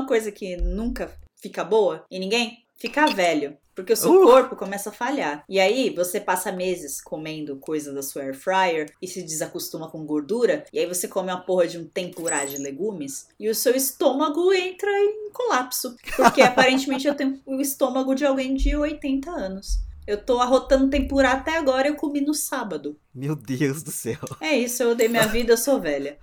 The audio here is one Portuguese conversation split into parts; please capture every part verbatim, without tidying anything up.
uma coisa que nunca fica boa em ninguém? Ficar velho. Porque o seu Uh! corpo começa a falhar. E aí, você passa meses comendo coisa da sua air fryer e se desacostuma com gordura. E aí você come uma porra de um tempurá de legumes e o seu estômago entra em colapso. Porque aparentemente eu tenho o estômago de alguém de oitenta anos. Eu tô arrotando tempurá até agora e eu comi no sábado. Meu Deus do céu. É isso, eu odeio minha vida, eu sou velha.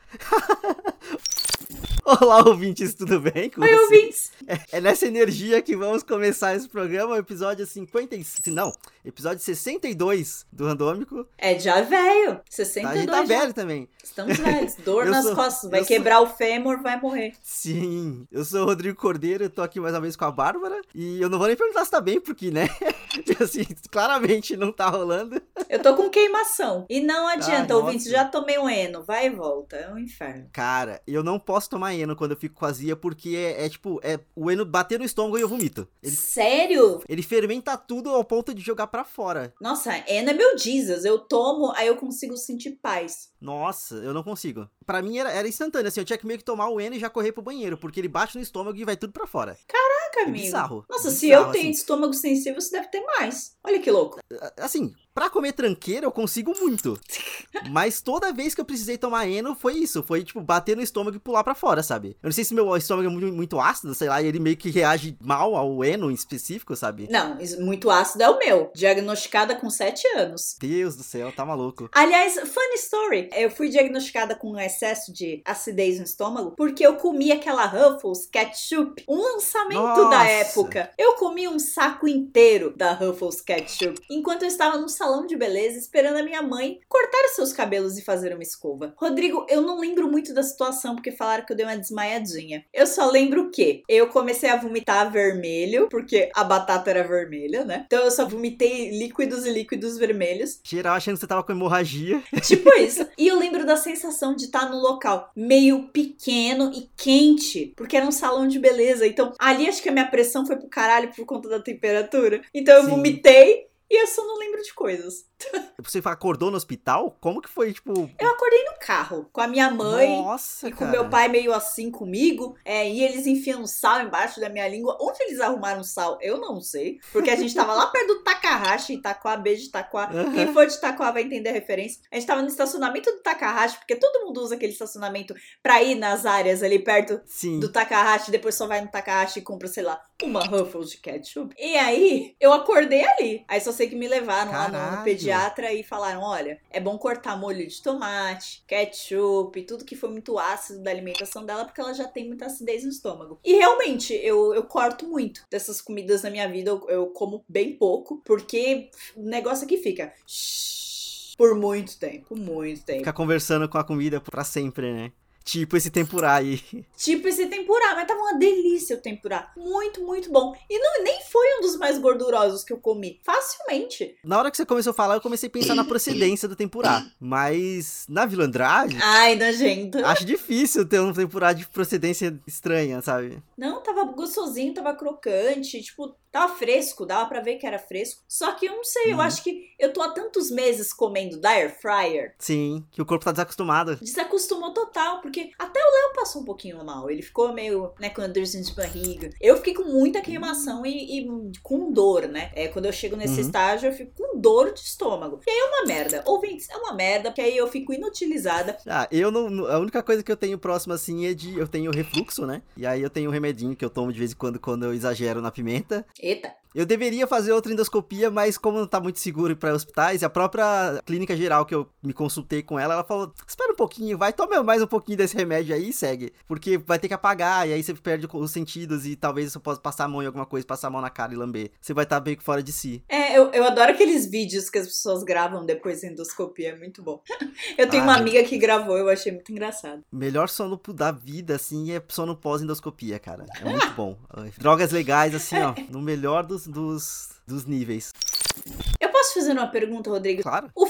Olá, ouvintes, tudo bem com Oi, vocês? ouvintes! É, é nessa energia que vamos começar esse programa, o episódio cinquenta e cinco, não, episódio sessenta e dois do Randômico. É já velho, Tá, sessenta a e gente dois tá já. velho também. Estamos velhos, dor Eu nas sou- costas, vai eu quebrar o fêmur, vai morrer. Sim, eu sou o Rodrigo Cordeiro, eu tô aqui mais uma vez com a Bárbara, e eu não vou nem perguntar se tá bem, porque, né, assim, claramente não tá rolando. Eu tô com queimação. E não adianta, Ai, ouvintes, nossa. já tomei um eno, vai e volta, é um inferno. Cara, eu não posso tomar Eno quando eu fico com azia, porque é, é tipo, é o Eno bater no estômago e eu vomito. Ele, Sério? ele fermenta tudo ao ponto de jogar pra fora. Nossa, eno é meu Jesus, eu tomo, aí eu consigo sentir paz. Nossa, eu não consigo. Pra mim era, era instantâneo, assim, eu tinha que meio que tomar o Eno e já correr pro banheiro, porque ele bate no estômago e vai tudo pra fora. Caraca, É amigo. bizarro, Nossa, se bizarro, eu tenho assim. estômago sensível, você deve ter mais. Olha que louco. Assim, pra comer tranqueira eu consigo muito. Mas toda vez que eu precisei tomar Eno foi isso, foi tipo bater no estômago e pular pra fora, sabe? Eu não sei se meu estômago é muito, muito ácido, sei lá, e ele meio que reage mal ao Eno em específico, sabe? Não, isso- muito ácido é o meu. Diagnosticada com sete anos. Deus do céu, tá maluco. Aliás, funny story. Eu fui diagnosticada com um excesso de acidez no estômago porque eu comi aquela Ruffles Ketchup, um lançamento Nossa. da época. Eu comi um saco inteiro da Ruffles Ketchup enquanto eu estava no salão de beleza esperando a minha mãe cortar seus cabelos e fazer uma escova. Rodrigo, eu não lembro muito da situação porque falaram que eu dei uma desmaiadinha. Eu só lembro que eu comecei a vomitar vermelho porque a batata era vermelha, né? Então eu só vomitei líquidos e líquidos vermelhos. Geral achando que você tava com hemorragia. Tipo isso. E eu lembro da sensação de estar num local meio pequeno e quente, porque era um salão de beleza. Então, ali acho que a minha pressão foi pro caralho por conta da temperatura. Então eu Sim. vomitei e eu só não lembro de coisas. Você acordou no hospital? Como que foi, tipo... Eu acordei no carro com a minha mãe Nossa, e com cara. meu pai meio assim comigo, é, e eles enfiando sal embaixo da minha língua. Onde eles arrumaram sal? Eu não sei, porque a gente tava lá perto do Takahashi, Itaquá, beijo de Itaquá. Aham. Quem for de Itaquá vai entender a referência. A gente tava no estacionamento do Takahashi, porque todo mundo usa aquele estacionamento pra ir nas áreas ali perto Sim. do Takahashi, depois só vai no Takahashi e compra, sei lá, uma Ruffles de ketchup. E aí, eu acordei ali. Aí só sei que me levaram lá no- no, Caralho. pediatra e falaram, olha, é bom cortar molho de tomate, ketchup, tudo que foi muito ácido da alimentação dela, porque ela já tem muita acidez no estômago. E realmente, eu, eu corto muito dessas comidas na minha vida, eu, eu como bem pouco, porque o negócio aqui fica... shhh, por muito tempo, muito tempo. Ficar conversando com a comida pra sempre, né? Tipo esse tempurá aí. Tipo esse tempurá, mas tava uma delícia o tempurá. Muito, muito bom. E não, nem foi um dos mais gordurosos que eu comi. Facilmente. Na hora que você começou a falar, eu comecei a pensar na procedência do tempurá. Mas na Vila Andrade, Ai, nojento. acho difícil ter um tempurá de procedência estranha, sabe? Não, tava gostosinho, tava crocante, tipo, tava fresco, dava pra ver que era fresco. Só que eu não sei, eu Uhum. acho que eu tô há tantos meses comendo da air fryer, Sim, que o corpo tá desacostumado. desacostumou total, porque até o Léo passou um pouquinho mal. Ele ficou meio, né, com dorzinho de barriga. Eu fiquei com muita queimação e, e com dor, né? É, quando eu chego nesse Uhum. estágio, eu fico com dor de estômago. E aí é uma merda. Ouvintes, é uma merda, porque aí eu fico inutilizada. Ah, eu não. A única coisa que eu tenho próximo assim é de. Eu tenho refluxo, né? E aí eu tenho um remedinho que eu tomo de vez em quando quando eu exagero na pimenta. Eita. Eu deveria fazer outra endoscopia, mas como não tá muito seguro ir pra hospitais, e a própria clínica geral que eu me consultei com ela, ela falou, espera um pouquinho, vai, toma mais um pouquinho desse remédio aí e segue. Porque vai ter que apagar, e aí você perde os sentidos, e talvez você possa passar a mão em alguma coisa, passar a mão na cara e lamber. Você vai estar meio que fora de si. É, eu, eu adoro aqueles vídeos que as pessoas gravam depois da endoscopia, é muito bom. Eu tenho Ah, uma eu- amiga que gravou, eu achei muito engraçado. O melhor sono da vida, assim, é sono pós-endoscopia, cara. É muito bom. Drogas legais, assim, ó, no melhor dos, dos, dos níveis. Eu posso fazer uma pergunta, Rodrigo? Claro. O frio tá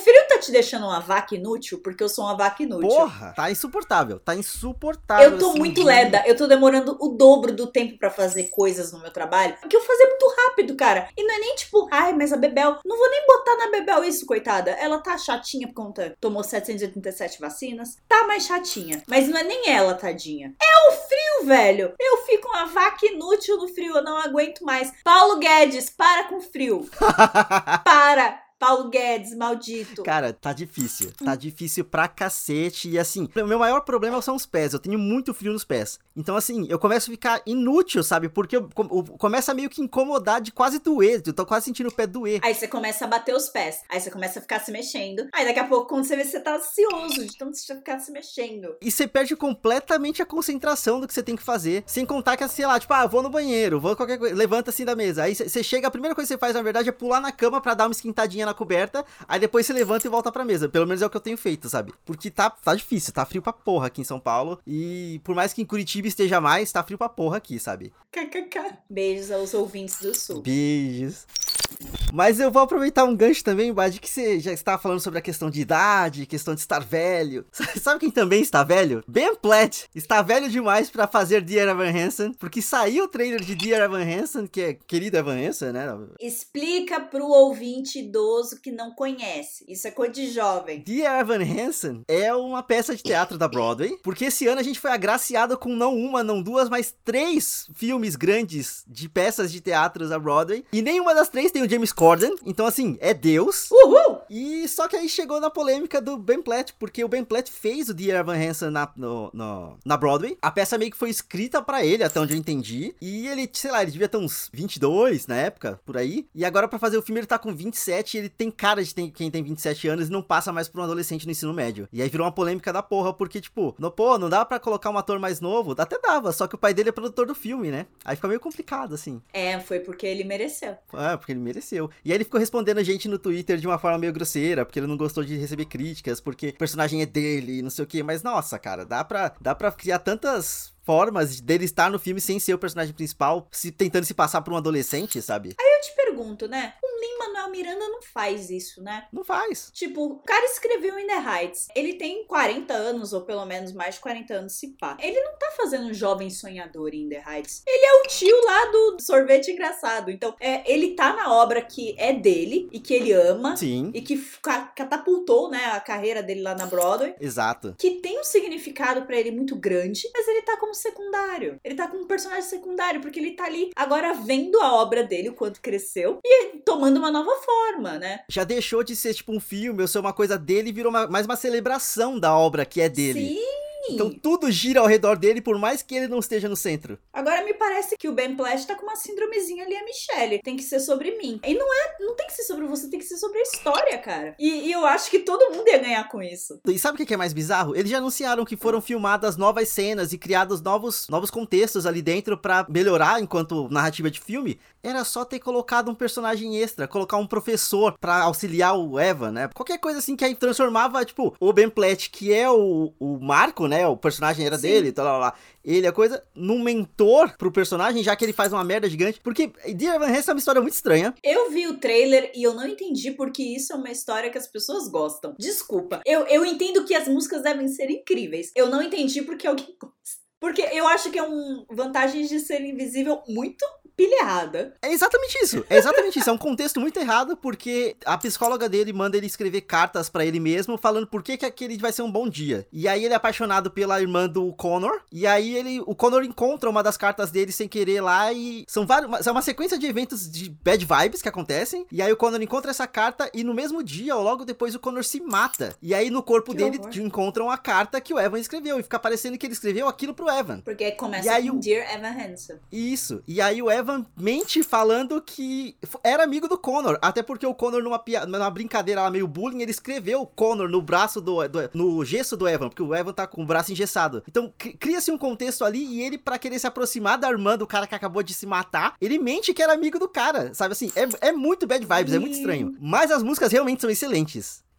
te deixando uma vaca inútil? Porque eu sou uma vaca inútil. Porra, tá insuportável. Tá insuportável. Eu tô assim, muito de- leda. Eu tô demorando o dobro do tempo pra fazer coisas no meu trabalho. Porque eu fazia muito rápido, cara. E não é nem tipo, ai, mas a Bebel... Não vou nem botar na Bebel isso, coitada. Ela tá chatinha por conta... Tomou setecentas e oitenta e sete vacinas. Tá mais chatinha. Mas não é nem ela, tadinha. É o frio, velho. Eu fico uma vaca inútil no frio. Eu não aguento mais. Paulo Guedes, para com frio. Para. Paulo Guedes, maldito. Cara, tá difícil. Tá difícil pra cacete. E assim, o meu maior problema são os pés. Eu tenho muito frio nos pés. Então, assim, eu começo a ficar inútil, sabe? Porque eu, eu, começa a meio que incomodar de quase doer. Eu tô quase sentindo o pé doer. Aí você começa a bater os pés. Aí você começa a ficar se mexendo. Aí daqui a pouco, quando você vê, você tá ansioso de tanto você ficar se mexendo. E você perde completamente a concentração do que você tem que fazer. Sem contar que, sei lá, tipo, ah, vou no banheiro, vou qualquer coisa, levanta assim da mesa. Aí você chega, a primeira coisa que você faz, na verdade, é pular na cama pra dar uma esquentadinha na coberta. Aí depois você levanta e volta pra mesa. Pelo menos é o que eu tenho feito, sabe? Porque tá, tá difícil, tá frio pra porra aqui em São Paulo. E por mais que em Curitiba esteja mais, tá frio pra porra aqui, sabe? Kkk. Beijos aos ouvintes do Sul. Beijos. Mas eu vou aproveitar um gancho também, Bad, que você já estava falando sobre a questão de idade, questão de estar velho. Sabe quem também está velho? Ben Platt está velho demais pra fazer Dear Evan Hansen, porque saiu o trailer de Dear Evan Hansen, que é querido Evan Hansen, né? Explica pro ouvinte idoso que não conhece. Isso é coisa de jovem. Dear Evan Hansen é uma peça de teatro da Broadway, porque esse ano a gente foi agraciado com não uma, não duas, mas três filmes grandes de peças de teatro da Broadway, e nenhuma das três tem o James Corden, então assim, é Deus. Uhul! E só que aí chegou na polêmica do Ben Platt, porque o Ben Platt fez o Dear Evan Hansen na, no, no, na Broadway. A peça meio que foi escrita pra ele, até onde eu entendi. E ele, sei lá, ele devia ter uns vinte e dois na época, por aí. E agora pra fazer o filme ele tá com vinte e sete, e ele tem cara de tem, quem tem vinte e sete anos e não passa mais por um adolescente no ensino médio. E aí virou uma polêmica da porra, porque tipo, no, pô, não dá pra colocar um ator mais novo? Até dava, só que o pai dele é produtor do filme, né? Aí fica meio complicado, assim. É, foi porque ele mereceu. É, porque ele mereceu. E aí ele ficou respondendo a gente no Twitter de uma forma meio grosseira, porque ele não gostou de receber críticas, porque o personagem é dele, não sei o que. Mas nossa, cara, dá pra, dá pra criar tantas formas dele estar no filme sem ser o personagem principal, se, tentando se passar por um adolescente, sabe? Aí eu te pergunto, né? O Lin-Manuel Miranda não faz isso, né? Não faz. Tipo, o cara escreveu In The Heights. Ele tem quarenta anos, ou pelo menos mais de quarenta anos, se pá. Ele não tá fazendo um jovem sonhador em In The Heights. Ele é o tio lá do sorvete engraçado. Então, é, ele tá na obra que é dele e que ele ama. Sim. E que catapultou, né, a carreira dele lá na Broadway. Exato. Que tem um significado pra ele muito grande, mas ele tá como secundário. Ele tá como um personagem secundário, porque ele tá ali agora vendo a obra dele, o quanto cresceu, e tomando uma nova forma, né? Já deixou de ser tipo um filme ou ser uma coisa dele e virou uma, mais uma celebração da obra que é dele. Sim! Então tudo gira ao redor dele, por mais que ele não esteja no centro. Agora me parece que o Ben Platt tá com uma síndromezinha ali, a Michelle. Tem que ser sobre mim. E não é, não tem que ser sobre você, tem que ser sobre a história, cara. E, e eu acho que todo mundo ia ganhar com isso. E sabe o que é mais bizarro? Eles já anunciaram que foram filmadas novas cenas e criados novos, novos contextos ali dentro pra melhorar enquanto narrativa de filme. Era só ter colocado um personagem extra, colocar um professor pra auxiliar o Evan, né? Qualquer coisa assim que aí transformava, tipo, o Ben Platt, que é o, o Marco, né? O personagem era Sim. dele, tal, lá, lá. Ele, a coisa, num mentor pro personagem, já que ele faz uma merda gigante. Porque Dear Evan Hansen é uma história muito estranha. Eu vi o trailer e eu não entendi porque isso é uma história que as pessoas gostam. Desculpa. Eu, eu entendo que as músicas devem ser incríveis. Eu não entendi porque alguém gosta. Porque eu acho que é um vantagem de ser invisível muito pilha errada. É exatamente isso, é exatamente isso, é um contexto muito errado, porque a psicóloga dele manda ele escrever cartas pra ele mesmo, falando por que que aquele vai ser um bom dia. E aí ele é apaixonado pela irmã do Connor, e aí ele, o Connor encontra uma das cartas dele sem querer lá, e são vários, é uma sequência de eventos de bad vibes que acontecem, e aí o Connor encontra essa carta, e no mesmo dia, ou logo depois, o Connor se mata. E aí no corpo que dele horror. encontram a carta que o Evan escreveu, e fica parecendo que ele escreveu aquilo pro Evan. Porque começa com o... Dear Evan Hansen. Isso, e aí o Evan mente falando que era amigo do Connor, até porque o Connor numa, pia... numa brincadeira lá meio bullying, ele escreveu o Connor no braço do, do no gesso do Evan, porque o Evan tá com o braço engessado. Então cria-se um contexto ali, e ele, pra querer se aproximar da irmã do cara que acabou de se matar, ele mente que era amigo do cara, sabe assim, é, é muito bad vibes, é muito estranho, mas as músicas realmente são excelentes.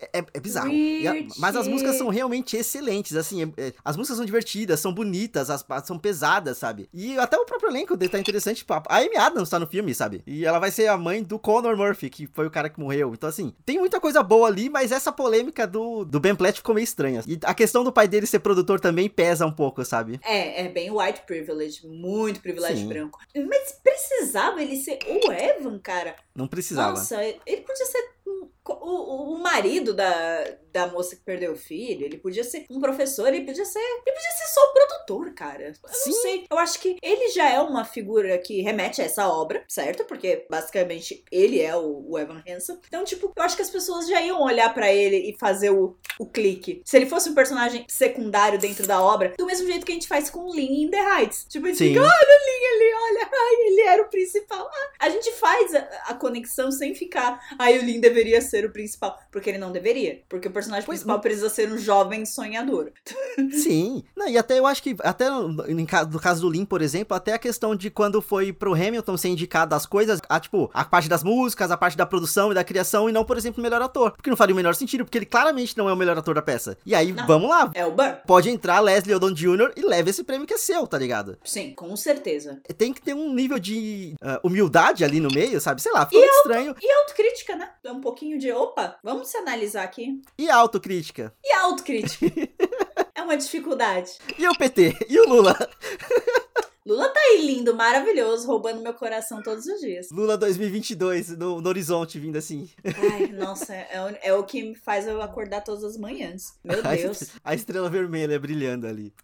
É, é bizarro. A, mas as músicas são realmente excelentes, assim, é, é, as músicas são divertidas, são bonitas, as, são pesadas, sabe? E até o próprio elenco dele tá interessante, tipo, a Amy Adams tá no filme, sabe? E ela vai ser a mãe do Conor Murphy, que foi o cara que morreu. Então, assim, tem muita coisa boa ali, mas essa polêmica do, do Ben Platt ficou meio estranha. E a questão do pai dele ser produtor também pesa um pouco, sabe? É, é bem white privilege, muito privilégio Sim. branco. Mas precisava ele ser o Evan, cara? Não precisava. Nossa, ele podia ser o, o, o marido da, da moça que perdeu o filho, ele podia ser um professor, ele podia ser, ele podia ser só o produtor, cara. Eu Sim. não sei. Eu acho que ele já é uma figura que remete a essa obra, certo? Porque basicamente ele é o, o Evan Hansen. Então, tipo, eu acho que as pessoas já iam olhar pra ele e fazer o, o clique. Se ele fosse um personagem secundário dentro da obra, do mesmo jeito que a gente faz com o Lin in The Heights. Tipo, a gente Sim. fica, olha o Lin ali, olha, ai, ele era o principal. Ah, a gente faz a, a conexão sem ficar, ai, o Lin deveria ser o principal. Porque ele não deveria. Porque o personagem Pois principal não. precisa ser um jovem sonhador. Sim. Não, e até eu acho que, até no, no caso do Lin, por exemplo, até a questão de quando foi pro Hamilton ser indicado as coisas, a, tipo, a parte das músicas, a parte da produção e da criação, e não, por exemplo, o melhor ator. Porque não faria o menor sentido, porque ele claramente não é o melhor ator da peça. E aí, Não. vamos lá. É o Burr? Pode entrar Leslie Odom Júnior e leve esse prêmio que é seu, tá ligado? Sim, com certeza. Tem que ter um nível de uh, humildade ali no meio, sabe? Sei lá, ficou muito estranho. E autocrítica, né? É um pouquinho de, opa, vamos se analisar aqui. E a autocrítica. E a autocrítica? É uma dificuldade. E o P T? E o Lula? Lula tá aí lindo, maravilhoso, roubando meu coração todos os dias. Lula dois mil e vinte e dois, no, no horizonte, vindo assim. Ai, nossa, é, o- é o que me faz eu acordar todas as manhãs. Meu A Deus. est- A estrela vermelha brilhando ali.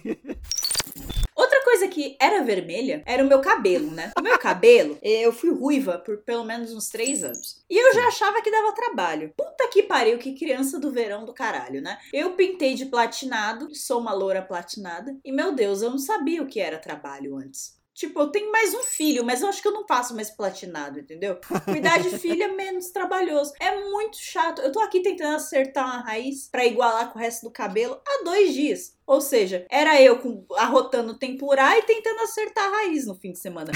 Outra coisa que era vermelha era o meu cabelo, né? O meu cabelo, eu fui ruiva por pelo menos uns três anos. E eu já achava que dava trabalho. Puta que pariu, que criança do verão do caralho, né? Eu pintei de platinado, sou uma loura platinada. E, meu Deus, eu não sabia o que era trabalho antes. Tipo, eu tenho mais um filho, mas eu acho que eu não faço mais platinado, entendeu? Cuidar de filho é menos trabalhoso. É muito chato. Eu tô aqui tentando acertar uma raiz pra igualar com o resto do cabelo há dois dias. Ou seja, era eu com, arrotando tempurá e tentando acertar a raiz no fim de semana.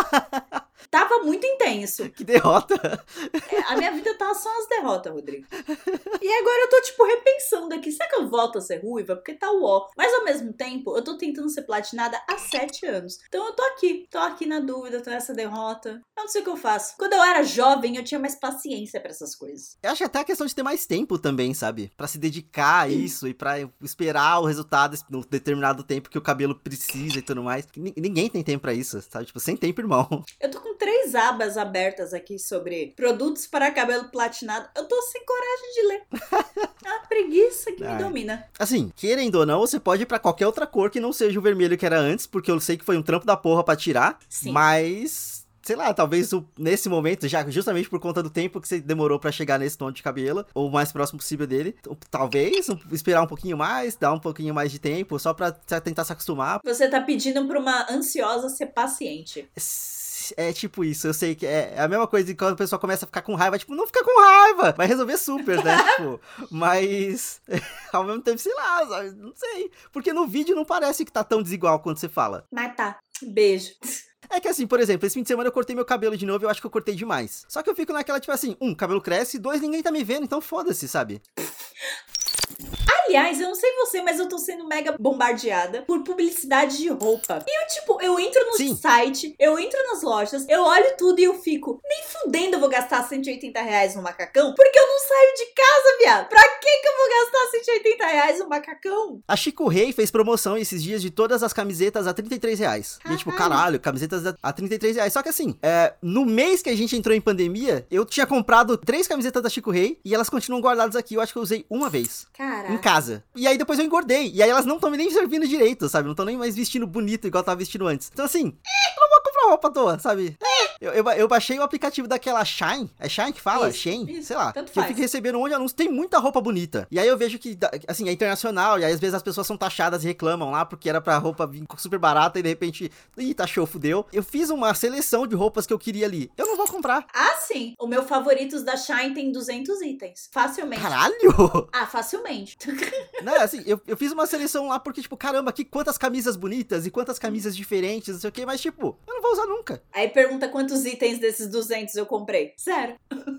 Tava muito intenso. Que derrota. É, a minha vida tava só umas derrotas, Rodrigo. E agora eu tô, tipo, repensando aqui. Será que eu volto a ser ruiva? Porque tá o ó. Mas ao mesmo tempo, eu tô tentando ser platinada há sete anos. Então eu tô aqui. Tô aqui na dúvida, tô nessa derrota. Eu não sei o que eu faço. Quando eu era jovem, eu tinha mais paciência pra essas coisas. Eu acho que até a questão de ter mais tempo também, sabe? Pra se dedicar a isso e pra esperar o resultado no determinado tempo que o cabelo precisa e tudo mais. N- Ninguém tem tempo pra isso, sabe? Tipo, sem tempo, irmão. Eu tô com três abas abertas aqui sobre produtos para cabelo platinado. Eu tô sem coragem de ler. É uma preguiça que me Ai. domina. Assim, querendo ou não, você pode ir pra qualquer outra cor que não seja o vermelho que era antes, porque eu sei que foi um trampo da porra pra tirar. Sim. Mas... Sei lá, talvez o- nesse momento, já justamente por conta do tempo que você demorou pra chegar nesse tom de cabelo, ou o mais próximo possível dele, t- talvez um- esperar um pouquinho mais, dar um pouquinho mais de tempo, só pra t- tentar se acostumar. Você tá pedindo pra uma ansiosa ser paciente. S- É tipo isso, eu sei que é é a mesma coisa de quando a pessoa começa a ficar com raiva, tipo, não fica com raiva, vai resolver super, né? Tipo, mas ao mesmo tempo, sei lá, sabe? Não sei. Porque no vídeo não parece que tá tão desigual quanto você fala. Mas tá. Beijo. É que assim, por exemplo, esse fim de semana eu cortei meu cabelo de novo e eu acho que eu cortei demais. Só que eu fico naquela, tipo assim, um, cabelo cresce, dois, ninguém tá me vendo, então foda-se, sabe? Aliás, eu não sei você, mas eu tô sendo mega bombardeada por publicidade de roupa. E eu, tipo, eu entro no Sim. site, eu entro nas lojas, eu olho tudo e eu fico, nem fudendo eu vou gastar cento e oitenta reais no macacão, porque eu não saio de casa, viado. Pra que que eu vou gastar cento e oitenta reais no macacão? A Chico Rei fez promoção esses dias de todas as camisetas a trinta e três reais. E tipo, Caralho. caralho, camisetas a- a trinta e três reais. Só que assim, é, no mês que a gente entrou em pandemia, eu tinha comprado três camisetas da Chico Rei e elas continuam guardadas aqui. Eu acho que eu usei uma vez. Caraca. Em casa. E aí depois eu engordei. E aí elas não estão nem servindo direito, sabe? Não estão nem mais vestindo bonito igual eu tava vestindo antes. Então assim, eu não vou comprar roupa à toa, sabe? Eu, eu, ba- eu baixei o aplicativo daquela Shine. É Shine que fala? Isso, Shane? isso, Sei lá. tanto Que eu faz. fico recebendo um monte de anúncios. Tem muita roupa bonita. E aí eu vejo que, da- assim, é internacional. E aí às vezes as pessoas são taxadas e reclamam lá porque era pra roupa vir super barata e de repente, ih, taxou, fudeu. Eu fiz uma seleção de roupas que eu queria ali. Eu não vou comprar. Ah, sim. O meu favoritos da Shine tem duzentos itens. Facilmente. Caralho! Ah, facilmente. Não, assim, eu, eu fiz uma seleção lá porque, tipo, caramba, aqui quantas camisas bonitas e quantas camisas diferentes, não sei o que, mas, tipo, eu não vou usar nunca. Aí pergunta quantos Quantos itens desses duzentos eu comprei? Zero.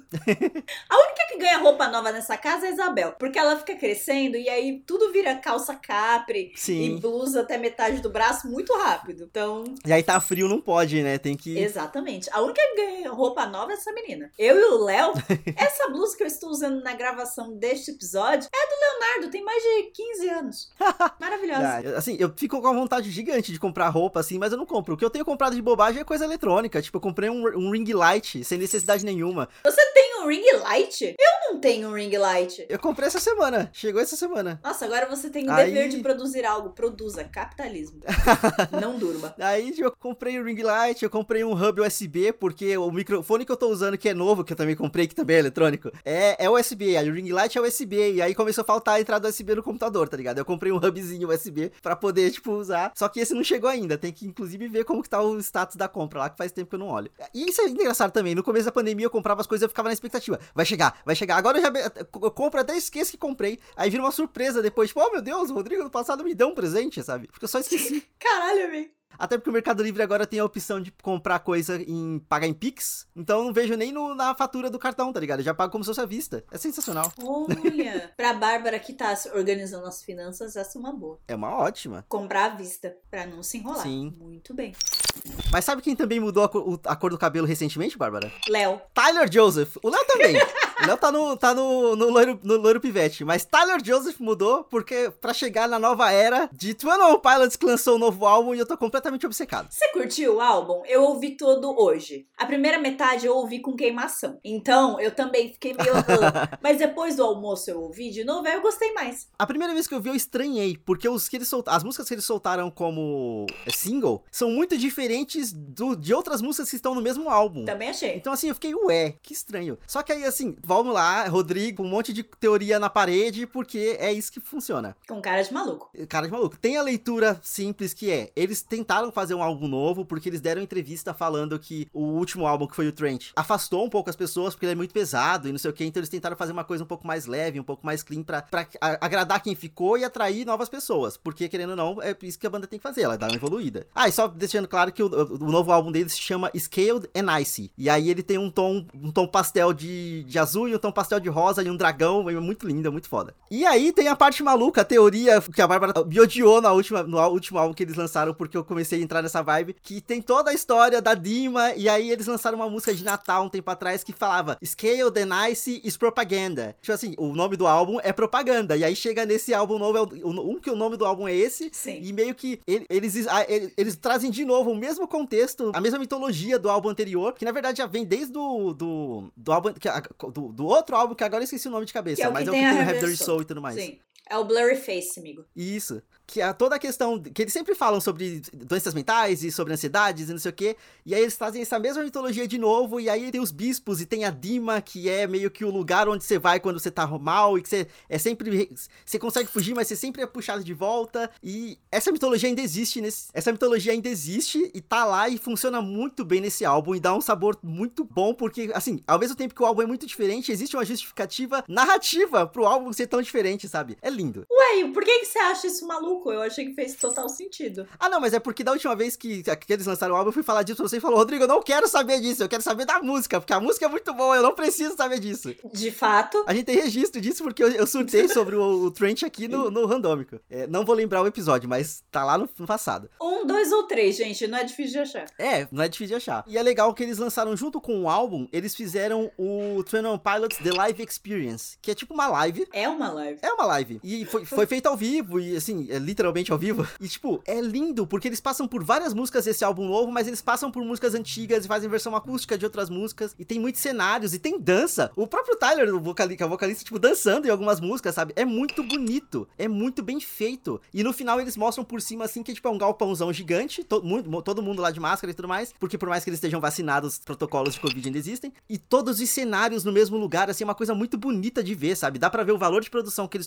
A única que ganha roupa nova nessa casa é a Isabel, porque ela fica crescendo e aí tudo vira calça capri Sim. e blusa até metade do braço muito rápido. Então... E aí tá frio, não pode, né? Tem que... Exatamente. A única que ganha roupa nova é essa menina. Eu e o Léo, essa blusa que eu estou usando na gravação deste episódio é do Leonardo, tem mais de quinze anos. Maravilhosa. Ah, assim, eu fico com a vontade gigante de comprar roupa, assim, mas eu não compro. O que eu tenho comprado de bobagem é coisa eletrônica. Tipo, eu comprei um, um ring light sem necessidade nenhuma. Você tem um ring light? Eu não tenho um ring light. Eu comprei essa semana. Chegou essa semana. Nossa, agora você tem o Aí... dever de produzir algo. Produza. Capitalismo. Não durma. Aí tipo, eu comprei o ring light, eu comprei um hub U S B, porque o microfone que eu tô usando, que é novo, que eu também comprei, que também é eletrônico, é, é U S B. Aí o ring light é U S B. E aí começou a faltar a entrada U S B no computador, tá ligado? Eu comprei um hubzinho U S B pra poder, tipo, usar. Só que esse não chegou ainda. Tem que, inclusive, ver como que tá o status da compra lá, que faz tempo que eu não olho. E isso é engraçado também. No começo da pandemia eu comprava as coisas e eu ficava na expectativa. Vai chegar, vai chegar. Agora eu já eu compro, até esqueço que comprei. Aí vira uma surpresa depois. Tipo, oh meu Deus, o Rodrigo no passado me deu um presente, sabe? Porque eu só esqueci. Caralho, velho. Até porque o Mercado Livre agora tem a opção de comprar coisa em pagar em Pix. Então eu não vejo nem no, na fatura do cartão, tá ligado? Eu já pago como se fosse à vista. É sensacional. Olha, pra Bárbara que tá organizando as finanças, essa é uma boa. É uma ótima. Comprar à vista, pra não se enrolar. Sim. Muito bem. Mas sabe quem também mudou a cor, a cor do cabelo recentemente, Bárbara? Léo. Tyler Joseph. O Léo também. O Léo tá no, tá no, no, loiro, no loiro pivete. Mas Tyler Joseph mudou porque pra chegar na nova era de Twenty One Pilots, que lançou um novo álbum, e eu tô completamente obcecado. Você curtiu o álbum? Eu ouvi todo hoje. A primeira metade eu ouvi com queimação. Então, eu também fiquei meio... Mas depois do almoço eu ouvi de novo, aí eu gostei mais. A primeira vez que eu vi eu estranhei, porque os que eles solt... as músicas que eles soltaram como single são muito diferentes do... de outras músicas que estão no mesmo álbum. Também achei. Então assim, eu fiquei, ué, que estranho. Só que aí assim, vamos lá, Rodrigo, um monte de teoria na parede, porque é isso que funciona. Com cara de maluco. Cara de maluco. Tem a leitura simples que é, eles tentaram fazer um álbum novo, porque eles deram entrevista falando que o último álbum, que foi o Trent, afastou um pouco as pessoas, porque ele é muito pesado e não sei o que, então eles tentaram fazer uma coisa um pouco mais leve, um pouco mais clean, pra, pra agradar quem ficou e atrair novas pessoas, porque querendo ou não, é isso que a banda tem que fazer, ela dá uma evoluída. Ah, e só deixando claro que o, o novo álbum deles se chama Scaled and Icy, e aí ele tem um tom, um tom pastel de, de azul e um tom pastel de rosa e um dragão, é muito lindo, é muito foda. E aí tem a parte maluca, a teoria que a Bárbara me odiou na última, no último álbum que eles lançaram, porque eu comecei a entrar nessa vibe, que tem toda a história da Dima, e aí eles lançaram uma música de Natal um tempo atrás que falava Scaled and Icy is propaganda. Tipo assim, o nome do álbum é propaganda, e aí chega nesse álbum novo, é o, um que o nome do álbum é esse, sim, e meio que ele, eles, eles, eles trazem de novo o mesmo contexto, a mesma mitologia do álbum anterior, que na verdade já vem desde do, do, do álbum, que, do, do outro álbum, que agora eu esqueci o nome de cabeça, é mas que é o que tem o Have Dirty Soul e tudo mais. Sim. É o Blurry Face, amigo. Isso. Que é toda a questão, que eles sempre falam sobre doenças mentais e sobre ansiedades e não sei o que, e aí eles trazem essa mesma mitologia de novo, e aí tem os bispos e tem a Dima, que é meio que o lugar onde você vai quando você tá mal, e que você é sempre, você consegue fugir, mas você sempre é puxado de volta, e essa mitologia ainda existe, nesse, essa mitologia ainda existe, e tá lá e funciona muito bem nesse álbum, e dá um sabor muito bom, porque, assim, ao mesmo tempo que o álbum é muito diferente, existe uma justificativa narrativa pro álbum ser tão diferente, sabe? É lindo. Ué, por que, que você acha isso maluco? Eu achei que fez total sentido. Ah, não, mas é porque da última vez que, que eles lançaram o álbum, eu fui falar disso pra você e falou, Rodrigo, eu não quero saber disso, eu quero saber da música, porque a música é muito boa, eu não preciso saber disso. De fato. A gente tem registro disso porque eu, eu surtei sobre o, o Trent aqui no, no Randômico. É, não vou lembrar o episódio, mas tá lá no, no passado. Um, dois ou três, gente, não é difícil de achar. É, não é difícil de achar. E é legal que eles lançaram junto com o álbum, eles fizeram o Twenty One Pilots The Live Experience, que é tipo uma live. É uma live. É uma live. E foi, foi feito ao vivo, e assim, é literalmente ao vivo. E tipo, é lindo, porque eles passam por várias músicas desse álbum novo, mas eles passam por músicas antigas e fazem versão acústica de outras músicas. E tem muitos cenários, e tem dança. O próprio Tyler, o vocalista, vocalista, tipo, dançando em algumas músicas, sabe? É muito bonito. É muito bem feito. E no final eles mostram por cima, assim, que tipo, é um galpãozão gigante. To, muito, todo mundo lá de máscara e tudo mais. Porque por mais que eles estejam vacinados, os protocolos de Covid ainda existem. E todos os cenários no mesmo lugar, assim, é uma coisa muito bonita de ver, sabe? Dá pra ver o valor de produção que eles investiram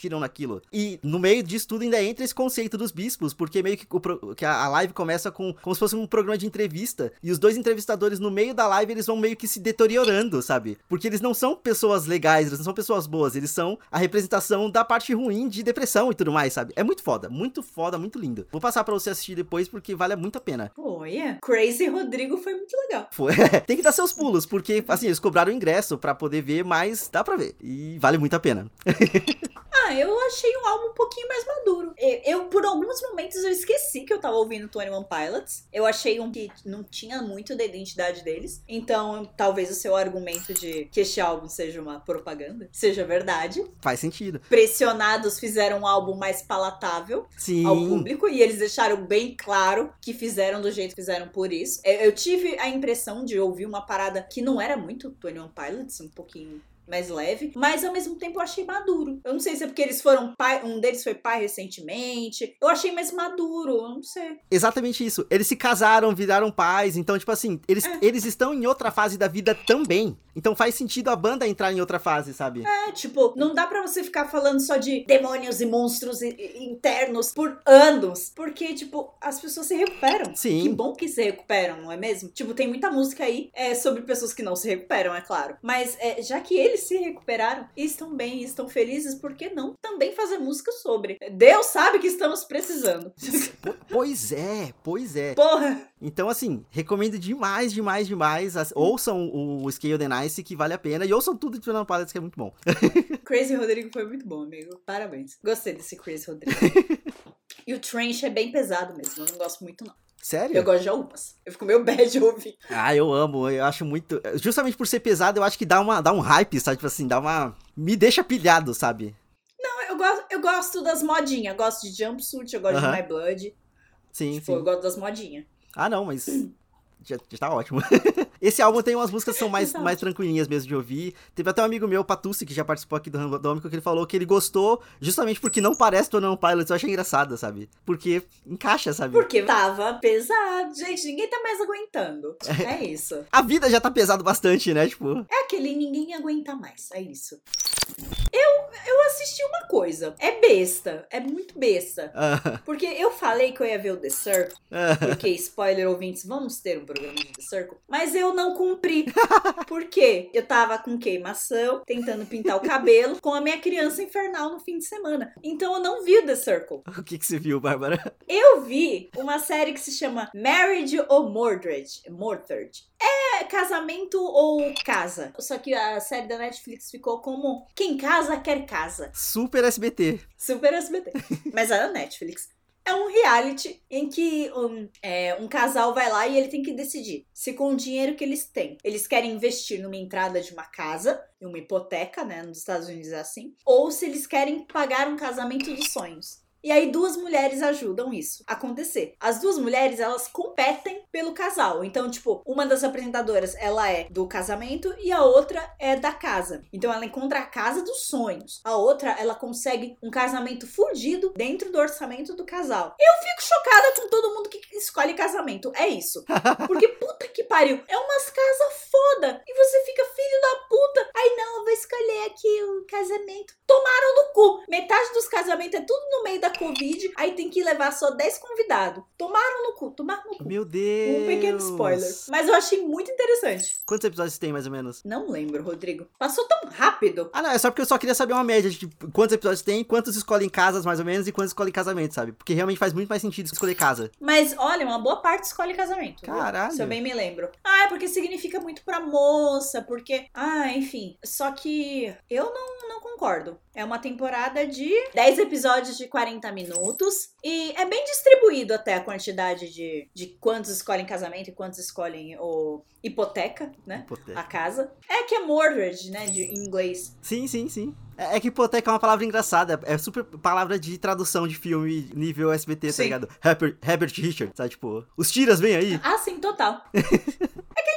investiram naquilo. E no meio disso tudo ainda entra esse conceito dos bispos, porque meio que, o, que a live começa com como se fosse um programa de entrevista, e os dois entrevistadores no meio da live, eles vão meio que se deteriorando, sabe? Porque eles não são pessoas legais, eles não são pessoas boas, eles são a representação da parte ruim de depressão e tudo mais, sabe? É muito foda, muito foda, muito lindo. Vou passar pra você assistir depois, porque vale muito a pena. Olha, Crazy Rodrigo foi muito legal. Foi. Tem que dar seus pulos, porque, assim, eles cobraram o ingresso pra poder ver, mas dá pra ver. E vale muito a pena. Ah, eu achei um álbum um pouquinho mais maduro. Eu, eu, por alguns momentos, eu esqueci que eu tava ouvindo Twenty One Pilots. Eu achei um que não tinha muito da identidade deles. Então, talvez o seu argumento de que este álbum seja uma propaganda seja verdade. Faz sentido. Pressionados fizeram um álbum mais palatável Sim. ao público. E eles deixaram bem claro que fizeram do jeito que fizeram por isso. Eu, eu tive a impressão de ouvir uma parada que não era muito Twenty One Pilots, um pouquinho mais leve, mas ao mesmo tempo eu achei maduro. Eu não sei se é porque eles foram pai, um deles foi pai recentemente. Eu achei mais maduro, eu não sei. Exatamente isso. Eles se casaram, viraram pais, então, tipo assim, eles, é. eles estão em outra fase da vida também. Então faz sentido a banda entrar em outra fase, sabe? É, tipo, não dá pra você ficar falando só de demônios e monstros internos por anos, porque, tipo, as pessoas se recuperam. Sim. Que bom que se recuperam, não é mesmo? Tipo, tem muita música aí é, sobre pessoas que não se recuperam, é claro. Mas é, já que eles se recuperaram e estão bem, e estão felizes, por que não também fazer música sobre? Deus sabe que estamos precisando. Pois é, pois é. Porra! Então, assim, recomendo demais, demais, demais. Ouçam o Scale the Nice, que vale a pena. E ouçam tudo de Twenty One Pilots, que é muito bom. Crazy Rodrigo foi muito bom, amigo. Parabéns. Gostei desse Crazy Rodrigo. E o Trench é bem pesado mesmo. Eu não gosto muito, não. Sério? Eu gosto de algumas. Eu fico meio bad de ouvir. Ah, eu amo. Eu acho muito... Justamente por ser pesado, eu acho que dá, uma, dá um hype, sabe? Tipo assim, dá uma... Me deixa pilhado, sabe? Não, eu gosto, eu gosto das modinhas. Eu gosto de Jumpsuit, eu gosto uh-huh. de My Blood. Sim, tipo, sim. eu gosto das modinhas. Ah, não, mas... Já, já tá ótimo. Esse álbum tem umas músicas que são mais, mais tranquilinhas mesmo de ouvir. Teve até um amigo meu, Patucci, que já participou aqui do Randômico, que ele falou que ele gostou justamente porque não parece Twenty One Pilots. Eu achei engraçado, sabe? Porque encaixa, sabe? Porque tava pesado. Gente, ninguém tá mais aguentando. É, é isso. A vida já tá pesado bastante, né? Tipo... É aquele ninguém aguenta mais. É isso. Eu, eu assisti uma coisa. É besta. É muito besta. Uh. Porque eu falei que eu ia ver o The Circle. Uh. Porque, spoiler, ouvintes, vamos ter um programa de The Circle. Mas eu não cumpri. Por quê? Eu tava com queimação, tentando pintar o cabelo, com a minha criança infernal no fim de semana. Então eu não vi o The Circle. O que que você viu, Bárbara? Eu vi uma série que se chama Marriage ou Mordred. Mordred. É casamento ou casa. Só que a série da Netflix ficou como Quem Casa Quer Casa. Super S B T. Super S B T. Mas é da Netflix. É um reality em que um, é, um casal vai lá e ele tem que decidir se com o dinheiro que eles têm, eles querem investir numa entrada de uma casa, uma hipoteca, né, nos Estados Unidos é assim, ou se eles querem pagar um casamento dos sonhos. E aí duas mulheres ajudam isso a acontecer. As duas mulheres, elas competem pelo casal. Então, tipo, uma das apresentadoras, ela é do casamento e a outra é da casa. Então ela encontra a casa dos sonhos. A outra, ela consegue um casamento fudido dentro do orçamento do casal. Eu fico chocada com todo mundo que escolhe casamento. É isso. Porque puta que pariu. É umas casas foda. E você fica filho da puta. Ai não, eu vou escolher aqui o casamento. Tomaram no cu. Metade dos casamentos é tudo no meio da Covid, aí tem que levar só dez convidados. Tomaram no cu, tomaram no cu. Meu Deus! Um pequeno spoiler. Mas eu achei muito interessante. Quantos episódios tem, mais ou menos? Não lembro, Rodrigo. Passou tão rápido. Ah, não, é só porque eu só queria saber uma média de tipo, quantos episódios tem, quantos escolhem casas, mais ou menos, e quantos escolhem casamento, sabe? Porque realmente faz muito mais sentido escolher casa. Mas, olha, uma boa parte escolhe casamento. Caralho. Viu? Se eu bem me lembro. Ah, é porque significa muito pra moça, porque... Ah, enfim. Só que eu não, não concordo. É uma temporada de dez episódios de quarenta minutos. E é bem distribuído até a quantidade de, de quantos escolhem casamento e quantos escolhem o hipoteca, né? Hipoteca. A casa. É que é mortgage, né? De, em inglês. Sim, sim, sim. É, é que hipoteca é uma palavra engraçada. É super palavra de tradução de filme nível S B T, sim. tá ligado? Herbert, Herbert Richards, sabe? Tipo, os tiras vem aí. Ah, sim, total. É que a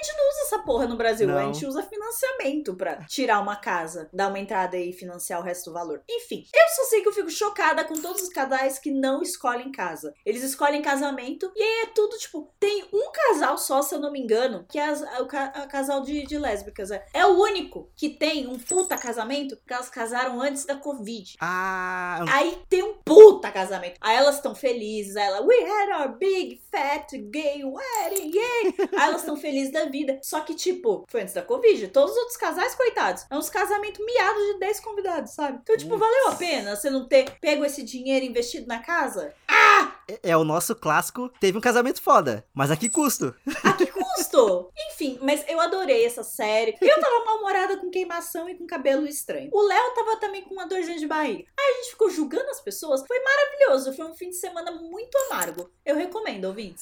gente não usa essa porra no Brasil. Não. A gente usa financiamento pra tirar uma casa, dar uma entrada e financiar o resto do valor. Enfim, eu só sei que eu fico chocada com todos os casais que não escolhem casa. Eles escolhem casamento e aí é tudo, tipo, tem um casal só, se eu não me engano, que é as, o ca, a casal de, de lésbicas. É. é o único que tem um puta casamento porque elas casaram antes da Covid. Ah... Aí tem um puta casamento. Aí elas estão felizes. Aí ela, we had our big, fat, gay wedding, yay! Aí elas estão felizes da vida. Só que, tipo, foi antes da Covid. Todos os outros casais, coitados, é uns casamentos miados de dez convidados, sabe? Então, tipo, valeu a pena você não ter pego esse dinheiro e investido na casa? Ah! É, é o nosso clássico, teve um casamento foda, mas a que custo? A que custo? Enfim, mas eu adorei essa série. Eu tava mal-humorada com queimação e com cabelo estranho. O Léo tava também com uma dorzinha de barriga. Aí a gente ficou julgando as pessoas. Foi maravilhoso. Foi um fim de semana muito amargo. Eu recomendo, ouvintes.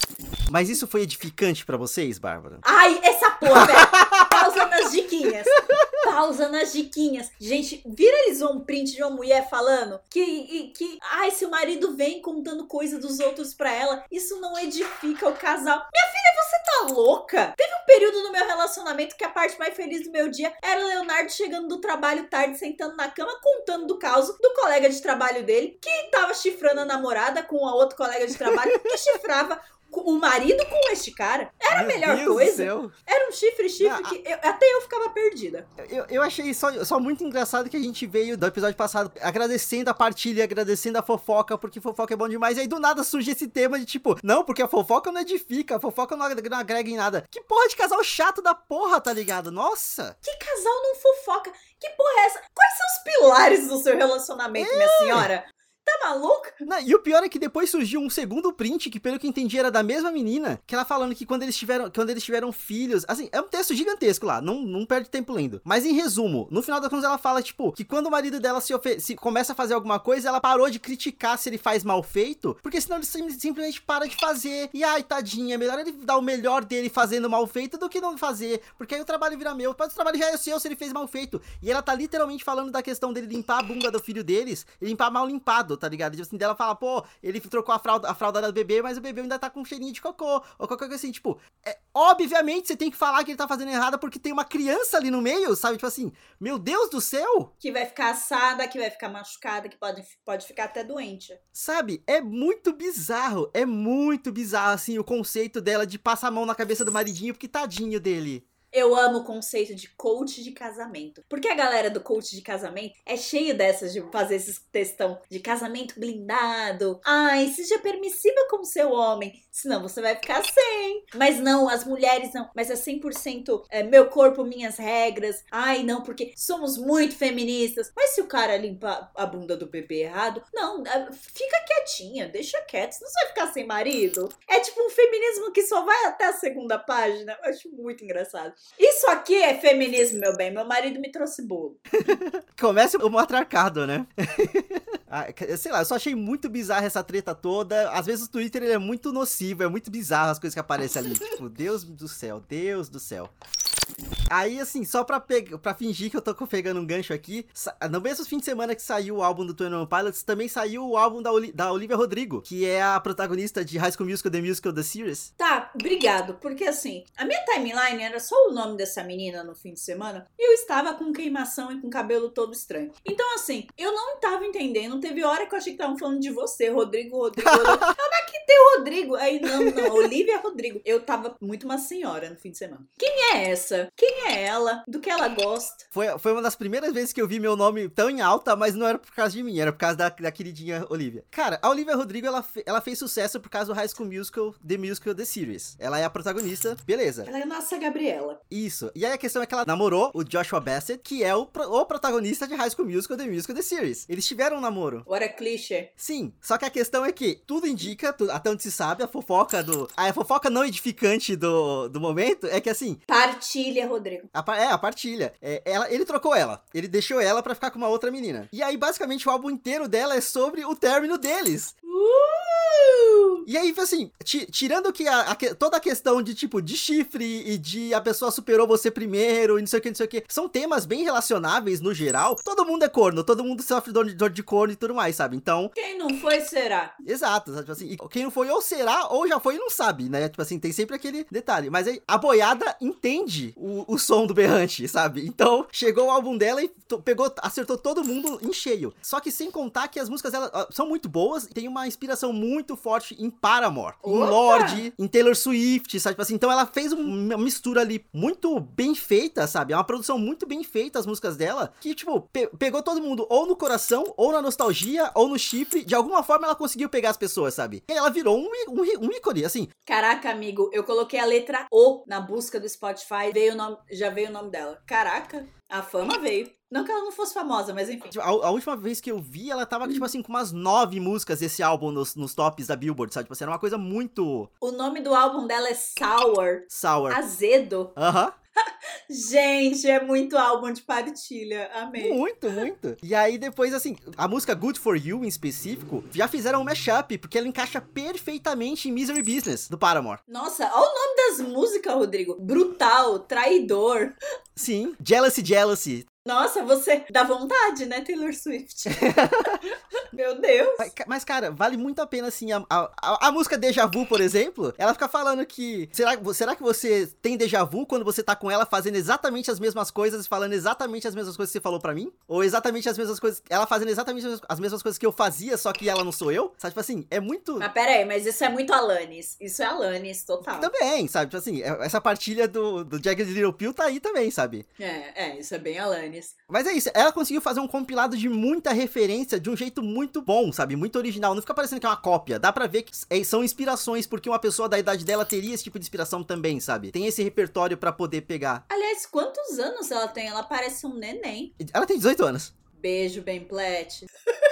Mas isso foi edificante pra vocês, Bárbara? Ai, essa porra, velho. Pausa nas diquinhas. Pausa nas diquinhas. Gente, viralizou um print de uma mulher falando que, que ai, se o marido vem contando coisa dos outros pra ela, isso não edifica o casal. Minha filha, você tá louca? Teve um período no meu relacionamento que a parte mais feliz do meu dia era o Leonardo chegando do trabalho tarde, sentando na cama, contando do caos do colega de trabalho dele, que tava chifrando a namorada com a outro colega de trabalho, que chifrava o marido com este cara. Era a melhor Deus coisa. Do céu. Era um chifre, chifre ah, que eu, até eu ficava perdida. Eu, eu achei só, só muito engraçado que a gente veio do episódio passado agradecendo a partilha, agradecendo a fofoca, porque fofoca é bom demais. E aí do nada surge esse tema de tipo, não, porque a fofoca não edifica, a fofoca não agrega, não agrega em nada. Que porra de casal chato da porra, tá ligado? Nossa! Que casal não fofoca? Que porra é essa? Quais são os pilares do seu relacionamento, é. minha senhora? Tá maluca? Não, e o pior é que depois surgiu um segundo print, que pelo que eu entendi era da mesma menina, que ela falando que quando eles tiveram, quando eles tiveram filhos, assim, é um texto gigantesco lá, não, não perde tempo lendo. Mas em resumo, no final das contas ela fala, tipo, que quando o marido dela se, ofe- se começa a fazer alguma coisa, ela parou de criticar se ele faz mal feito, porque senão ele sim- simplesmente para de fazer. E ai, tadinha, é melhor ele dar o melhor dele fazendo mal feito do que não fazer, porque aí o trabalho vira meu, mas o trabalho já é seu se ele fez mal feito. E ela tá literalmente falando da questão dele limpar a bunda do filho deles, e limpar mal limpado, tá ligado? Tipo assim, dela fala, pô, ele trocou a fralda, a fralda do bebê, mas o bebê ainda tá com um cheirinho de cocô, ou qualquer coisa assim, tipo, é, obviamente você tem que falar que ele tá fazendo errado porque tem uma criança ali no meio, sabe, tipo assim, meu Deus do céu! Que vai ficar assada, que vai ficar machucada, que pode, pode ficar até doente. Sabe, é muito bizarro, é muito bizarro, assim, o conceito dela de passar a mão na cabeça do maridinho, porque tadinho dele. Eu amo o conceito de coach de casamento. Porque a galera do coach de casamento é cheio dessas de fazer esses textão de casamento blindado. Ai, seja permissiva com seu homem, senão você vai ficar sem. Mas não, as mulheres não. Mas é cem por cento é, meu corpo, minhas regras. Ai, não, porque somos muito feministas. Mas se o cara limpa a bunda do bebê errado, não, fica quietinha, deixa quieto, senão você vai ficar sem marido. É tipo um feminismo que só vai até a segunda página. Eu acho muito engraçado. Isso aqui é feminismo, meu bem. Meu marido me trouxe bolo. Começa o matriarcado, né? Ah, sei lá, eu só achei muito bizarra essa treta toda. Às vezes o Twitter ele é muito nocivo, é muito bizarro as coisas que aparecem ali. Tipo, Deus do céu, Deus do céu. Aí, assim, só pra, pe- pra fingir que eu tô pegando um gancho aqui, sa- no mesmo fim de semana que saiu o álbum do Twenty One Pilots, também saiu o álbum da, Oli- da Olivia Rodrigo, que é a protagonista de High School Musical, The Musical, The Series. Tá, obrigado, porque assim, a minha timeline era só o nome dessa menina no fim de semana e eu estava com queimação e com cabelo todo estranho. Então, assim, eu não tava entendendo, teve hora que eu achei que estavam falando de você, Rodrigo, Rodrigo, Rodrigo. Ah, mas aqui tem o Rodrigo. Aí, não, não, Olivia Rodrigo. Eu tava muito uma senhora no fim de semana. Quem é essa? Quem é ela? Do que ela gosta? Foi, foi uma das primeiras vezes que eu vi meu nome tão em alta, mas não era por causa de mim, era por causa da, da queridinha Olivia. Cara, a Olivia Rodrigo, ela, fe- ela fez sucesso por causa do High School Musical, The Musical, The Series. Ela é a protagonista, beleza. Ela é a nossa Gabriela. Isso. E aí a questão é que ela namorou o Joshua Bassett, que é o, pro- o protagonista de High School Musical, The Musical, The Series. Eles tiveram um namoro. Ora, clichê. Sim, só que a questão é que tudo indica, tu- até onde se sabe, a fofoca do... A fofoca não edificante do, do momento é que assim... Partilha, Rodrigo. A, pa- é, a partilha. É, ela, ele trocou ela. Ele deixou ela pra ficar com uma outra menina. E aí, basicamente, o álbum inteiro dela é sobre o término deles. Uh! tudo. E aí, assim, ti- tirando que a, a que- toda a questão de, tipo, de chifre e de a pessoa superou você primeiro e não sei o que, não sei o que, são temas bem relacionáveis no geral. Todo mundo é corno, todo mundo sofre dor de, dor de corno e tudo mais, sabe? Então, Quem não foi, será? exato, sabe? Tipo assim, e quem não foi ou será ou já foi e não sabe, né? Tipo assim, tem sempre aquele detalhe. Mas aí, a boiada entende o, o som do berrante, sabe? Então, chegou o álbum dela e to- pegou, acertou todo mundo em cheio. Só que sem contar que as músicas dela ah, são muito boas, tem uma inspiração muito forte em Paramore, em Opa! Lorde, em Taylor Swift, sabe? Tipo assim, então ela fez um- uma mistura ali muito bem feita, sabe? É uma produção muito bem feita, as músicas dela, que, tipo, pe- pegou todo mundo ou no coração, ou na nostalgia, ou no chifre. De alguma forma ela conseguiu pegar as pessoas, sabe? E ela virou um, í- um, í- um ícone, assim. Caraca, amigo, eu coloquei a letra O na busca do Spotify, veio o nome, já veio o nome dela. Caraca, a fama veio. Não que ela não fosse famosa, mas enfim. Tipo, A, a última vez que eu vi, ela tava, tipo assim, com umas nove músicas desse álbum nos, nos tops da Billboard, sabe? Tipo assim, era uma coisa muito O nome do álbum dela é Sour, sour. azedo. Aham. Gente, é muito álbum de partilha. Amei. Muito, muito. E aí depois, assim, a música Good For You, em específico, já fizeram um mashup, porque ela encaixa perfeitamente em Misery Business, do Paramore. Nossa, olha o nome das músicas, Rodrigo. Brutal, traidor. Sim, Jealousy, Jealousy. Nossa, você dá vontade, né, Taylor Swift? Meu Deus. Mas, ca- Mas, cara, vale muito a pena, assim, a, a, a- a música Deja Vu, por exemplo, ela fica falando que, será, será que você tem déjà vu quando você tá com ela fazendo exatamente as mesmas coisas, falando exatamente as mesmas coisas que você falou pra mim? Ou exatamente as mesmas coisas, ela fazendo exatamente as- as mesmas coisas que eu fazia, só que ela não sou eu? Sabe, tipo assim, é muito... Mas pera aí, mas isso é muito Alanis. Isso é Alanis, total. Também, sabe, tipo assim, é- essa partilha do, do Jagged Little Pill tá aí também, sabe? É, é, isso é bem Alanis. Mas é isso, ela conseguiu fazer um compilado de muita referência de um jeito muito bom, sabe? Muito original. Não fica parecendo que é uma cópia. Dá pra ver que é- são inspirações, porque uma pessoa da idade dela teria esse tipo de inspiração também, sabe? Tem esse repertório pra poder pegar. Aliás, quantos anos ela tem? Ela parece um neném. Ela tem dezoito anos. Beijo, bem Plet.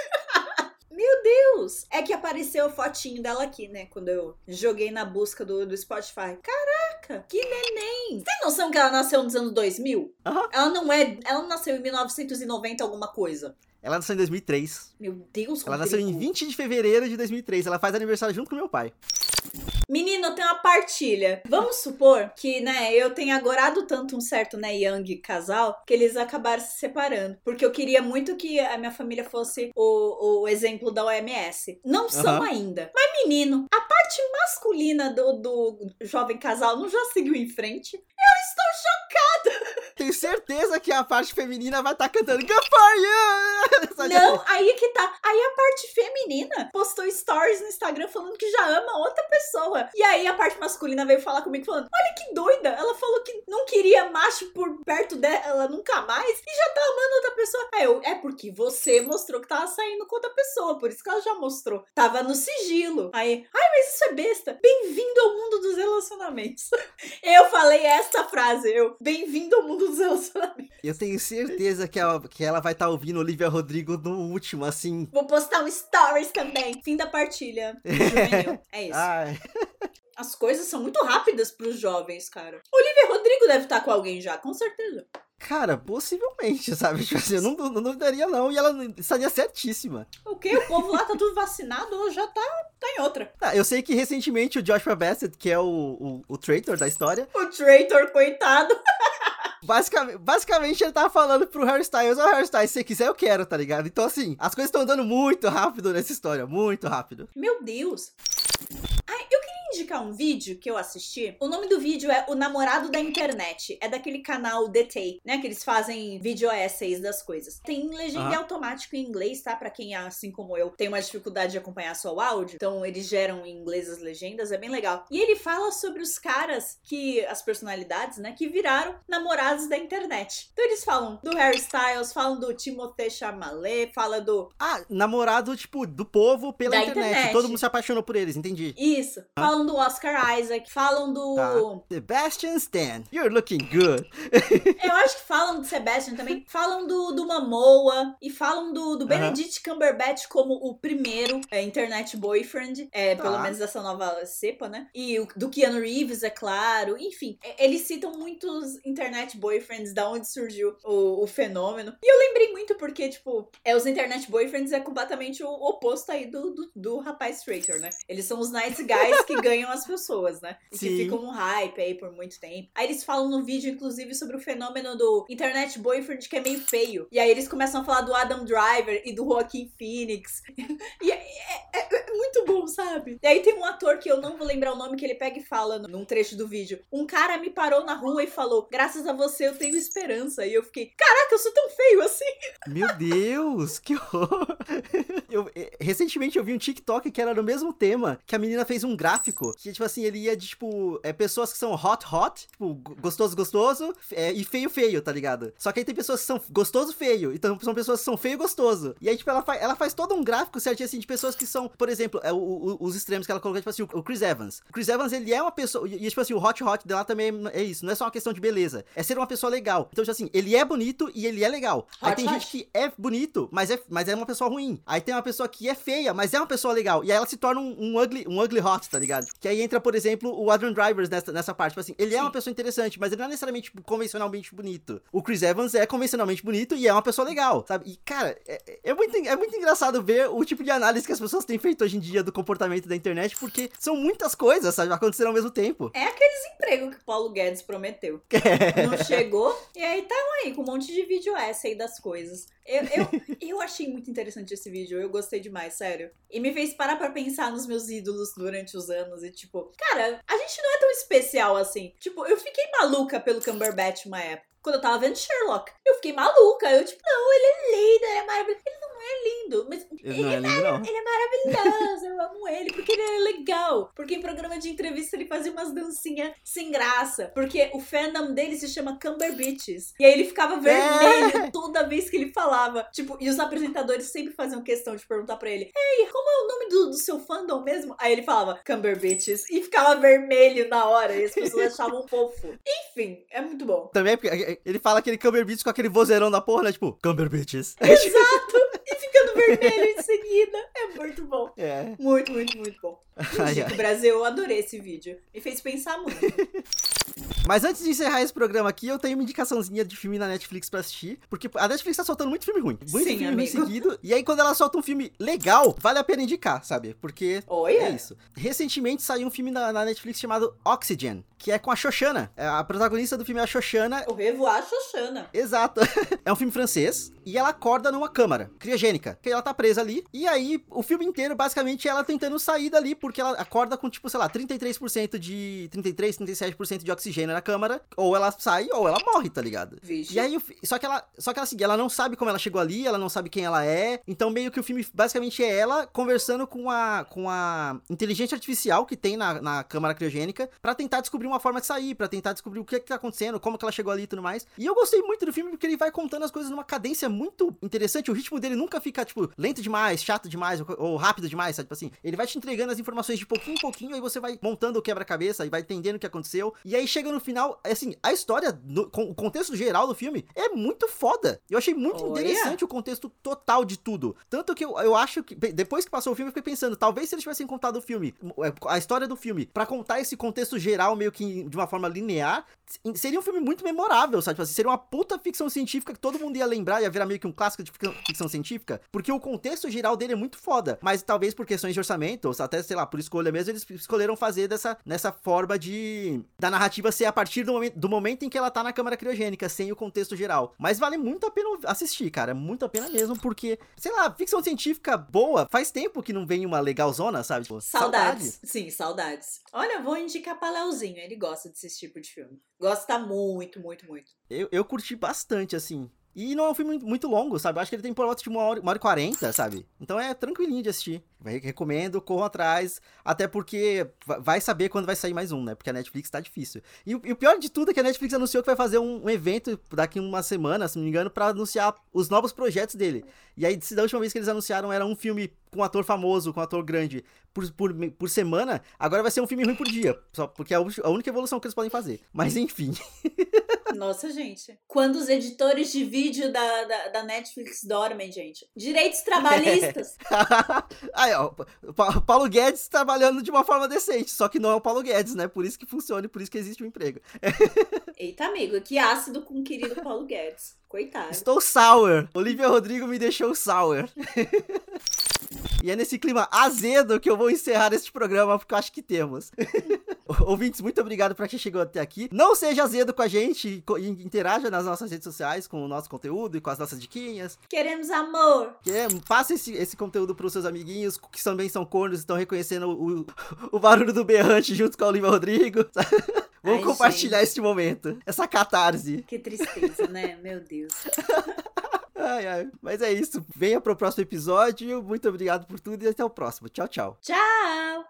Meu Deus! É que apareceu a fotinho dela aqui, né? Quando eu joguei na busca do, do Spotify. Caraca, que neném! Tem noção que ela nasceu nos anos dois mil? Aham. Ela não é... Ela não nasceu em mil novecentos e noventa alguma coisa. Ela nasceu em dois mil e três. Meu Deus, Ela nasceu em Rodrigo. vinte de fevereiro de dois mil e três. Ela faz aniversário junto com meu pai. Menino, eu tenho uma partilha. Vamos supor que, né, eu tenha agorado tanto um certo, né, Young casal, que eles acabaram se separando. Porque eu queria muito que a minha família fosse o, o exemplo da O M S. Não são Aham. ainda. Mas, menino, a parte masculina do, do jovem casal não já seguiu em frente? Eu estou chocada! Tenho certeza que a parte feminina vai estar cantando Good For You! Sabe? Não, aí que tá. Aí a parte feminina postou stories no Instagram falando que já ama outra pessoa. E aí a parte masculina veio falar comigo falando: olha que doida, ela falou que não queria macho por perto dela nunca mais e já tá amando outra pessoa. Aí eu, é porque você mostrou que tava saindo com outra pessoa, por isso que ela já mostrou. Tava no sigilo. Aí, ai, mas isso é besta. Bem-vindo ao mundo dos relacionamentos. Eu falei essa frase, eu, bem-vindo ao mundo dos relacionamentos. Eu tenho certeza que ela, que ela vai estar ouvindo Olivia Rodrigo no último, assim. Vou postar um stories também. Fim da partilha. Juvenil. É isso. Ai. As coisas são muito rápidas pros jovens, cara. Olivia Rodrigo deve estar com alguém já, com certeza. Cara, possivelmente, sabe? Tipo assim, eu não, não duvidaria não, e ela estaria certíssima. O quê? O povo lá tá tudo vacinado ou já tá, tá em outra. Ah, eu sei que recentemente o Joshua Bassett, que é o, o, o traitor da história, O traitor, coitado. basicamente, basicamente ele tava falando pro Harry Styles, ó, Harry Styles, se você quiser eu quero, tá ligado? Então assim, as coisas estão andando muito rápido nessa história, muito rápido. Meu Deus. Ai, eu queria indicar um vídeo que eu assisti. O nome do vídeo é O Namorado da Internet. É daquele canal The Take, né? Que eles fazem video essays das coisas. Tem legenda Aham. automático em inglês, tá? Pra quem, assim como eu, tem uma dificuldade de acompanhar só o áudio. Então, eles geram em inglês as legendas. É bem legal. E ele fala sobre os caras que... As personalidades, né? Que viraram namorados da internet. Então, eles falam do Harry Styles, falam do Timothée Chalamet, fala do... Ah, namorado, tipo, do povo pela Da internet. internet. Todo mundo se apaixonou por eles, entendi. Isso. Falam falam do Oscar Isaac, falam do... Tá. Sebastian Stan, you're looking good. Eu acho que falam do Sebastian também. Falam do, do Momoa e falam do, do Benedict uh-huh. Cumberbatch como o primeiro é, internet boyfriend, é, tá. pelo menos dessa nova cepa, né? E o, do Keanu Reeves, é claro. Enfim, é, eles citam muitos internet boyfriends, da onde surgiu o, o fenômeno. E eu lembrei muito porque, tipo, é, os internet boyfriends é completamente o oposto aí do, do, do rapaz traitor, né? Eles são os nice guys que ganham as pessoas, né? E Sim. que ficam no hype aí por muito tempo. Aí eles falam no vídeo, inclusive, sobre o fenômeno do internet boyfriend que é meio feio. E aí eles começam a falar do Adam Driver e do Joaquin Phoenix. E é, é, é muito bom, sabe? E aí tem um ator que eu não vou lembrar o nome, que ele pega e fala num trecho do vídeo: um cara me parou na rua e falou, graças a você eu tenho esperança. E eu fiquei, caraca, eu sou tão feio assim. Meu Deus, que horror. Eu, recentemente eu vi um TikTok que era no mesmo tema, que a menina fez um gráfico, que tipo assim, ele ia de tipo, é, pessoas que são hot, hot, tipo, gostoso, gostoso, é, e feio, feio, tá ligado? Só que aí tem pessoas que são gostoso, feio, então são pessoas que são feio e gostoso. E aí, tipo, ela faz, ela faz todo um gráfico certinho, assim, de pessoas que são, por exemplo, é, o, o, os extremos que ela colocou, tipo assim, o Chris Evans. O Chris Evans, ele é uma pessoa, e tipo assim, o hot, hot dela também é isso, não é só uma questão de beleza, é ser uma pessoa legal. Então, tipo assim, ele é bonito e ele é legal. Aí hot, tem hot. gente que é bonito, mas é, mas é uma pessoa ruim. Aí tem uma pessoa que é feia, mas é uma pessoa legal. E aí ela se torna um, um, ugly, um ugly hot, tá ligado? Que aí entra, por exemplo, o Adam Driver nessa, nessa parte. Tipo assim, ele Sim. é uma pessoa interessante, mas ele não é necessariamente convencionalmente bonito. O Chris Evans é convencionalmente bonito e é uma pessoa legal, sabe? E, cara, é, é, muito, é muito engraçado ver o tipo de análise que as pessoas têm feito hoje em dia do comportamento da internet, porque são muitas coisas, sabe? Acontecendo ao mesmo tempo. É aqueles empregos que o Paulo Guedes prometeu. É. Não chegou, e aí tá aí, com um monte de vídeo essa aí das coisas. Eu, eu, eu achei muito interessante esse vídeo, eu gostei demais, sério. E me fez parar pra pensar nos meus ídolos durante os anos e tipo, cara, a gente não é tão especial assim. Tipo, eu fiquei maluca pelo Cumberbatch uma época. Quando eu tava vendo Sherlock, eu fiquei maluca. Eu, tipo, não, ele é lindo, ele é maravilhoso. Ele não é lindo, mas ele, ele, não é, é, lindo, não. ele é maravilhoso. Eu amo ele, porque ele é legal. Porque em programa de entrevista ele fazia umas dancinhas sem graça. Porque o fandom dele se chama Cumberbitches. E aí ele ficava vermelho é. toda vez que ele falava. Tipo, e os apresentadores sempre faziam questão de perguntar pra ele: ei, como é o nome do, do seu fandom mesmo? Aí ele falava Cumberbitches e ficava vermelho na hora. E as pessoas achavam fofo. Enfim, é muito bom. Também é porque ele fala aquele Cumberbitches com aquele vozeirão da porra, né? Tipo, Cumberbitches. Exato! E ficando vermelho em seguida. É muito bom. É. Muito, muito, muito bom. Indico, Brasil, eu adorei esse vídeo. Me fez pensar muito. Mas antes de encerrar esse programa aqui, eu tenho uma indicaçãozinha de filme na Netflix pra assistir, porque a Netflix tá soltando muito filme ruim. Muito Sim, filme amigo. ruim seguido. E aí, quando ela solta um filme legal, vale a pena indicar, sabe? Porque Olha. é isso. Recentemente saiu um filme na, na Netflix chamado Oxygen, que é com a Xoxana. A protagonista do filme é a Xoxana. O Revoar Xoxana. Exato. É um filme francês e ela acorda numa câmara criogênica, que ela tá presa ali. E aí, o filme inteiro, basicamente, é ela tentando sair dali, porque ela acorda com, tipo, sei lá, trinta e três por cento de... trinta e três, trinta e sete por cento de oxigênio na câmara. Ou ela sai, ou ela morre, tá ligado? Vixe. E aí, só que ela, só que ela, assim, ela não sabe como ela chegou ali, ela não sabe quem ela é. Então, meio que o filme, basicamente, é ela conversando com a, com a inteligência artificial que tem na, na câmara criogênica pra tentar descobrir uma forma de sair, pra tentar descobrir o que é que tá acontecendo, como que ela chegou ali e tudo mais. E eu gostei muito do filme porque ele vai contando as coisas numa cadência muito interessante. O ritmo dele nunca fica, tipo, lento demais, chato demais, ou, ou rápido demais, sabe? Tipo assim, ele vai te entregando as informações de pouquinho em pouquinho, aí você vai montando o quebra-cabeça e vai entendendo o que aconteceu. E aí chega no final, assim, a história, no, com, o contexto geral do filme é muito foda. Eu achei muito Olha. interessante o contexto total de tudo. Tanto que eu, eu acho que, depois que passou o filme, eu fiquei pensando, talvez se eles tivessem contado o filme, a história do filme, pra contar esse contexto geral meio que de uma forma linear, seria um filme muito memorável, sabe? Tipo assim, seria uma puta ficção científica que todo mundo ia lembrar, ia virar meio que um clássico de ficção científica, porque o contexto geral dele é muito foda. Mas talvez por questões de orçamento, ou até, sei lá, por escolha mesmo, eles escolheram fazer dessa, nessa forma de... da narrativa ser a partir do momento, do momento em que ela tá na câmara criogênica, sem o contexto geral. Mas vale muito a pena assistir, cara. Muito a pena mesmo, porque, sei lá, ficção científica boa, faz tempo que não vem uma legalzona, sabe? Tipo, saudades. saudades. Sim, saudades. Olha, eu vou indicar pra Leozinho, ele gosta desse tipo de filme. Gosta muito, muito, muito. Eu, eu curti bastante, assim. E não é um filme muito longo, sabe? Eu acho que ele tem por volta de uma hora, uma hora e quarenta, sabe? Então é tranquilinho de assistir. Recomendo, corram atrás, até porque vai saber quando vai sair mais um, né? Porque a Netflix tá difícil. E, e o pior de tudo é que a Netflix anunciou que vai fazer um, um evento daqui uma semana, se não me engano, pra anunciar os novos projetos dele. E aí, da última vez que eles anunciaram, era um filme com um ator famoso, com um ator grande por, por, por semana, agora vai ser um filme ruim por dia, só porque é a única evolução que eles podem fazer. Mas enfim. Nossa, gente. Quando os editores de vídeo da, da, da Netflix dormem, gente. Direitos trabalhistas. Aí, ó, o Paulo Guedes trabalhando de uma forma decente, só que não é o Paulo Guedes, né? Por isso que funciona e por isso que existe o um emprego. Eita, amigo, que ácido com o querido Paulo Guedes. Coitado. Estou sour. Olivia Rodrigo me deixou sour. E é nesse clima azedo que eu vou encerrar este programa, porque eu acho que temos. Ouvintes, muito obrigado pra quem chegou até aqui. Não seja azedo com a gente e interaja nas nossas redes sociais com o nosso conteúdo e com as nossas diquinhas. Queremos amor. Queremos, passe esse, esse conteúdo pros seus amiguinhos que também são cornos e estão reconhecendo o, o barulho do berrante junto com a Olivia Rodrigo. Vamos Ai, compartilhar gente. Este momento, essa catarse. Que tristeza, né? Meu Deus. Ai, ai. Mas é isso. Venha pro próximo episódio. Muito obrigado por tudo e até o próximo. Tchau, tchau. Tchau.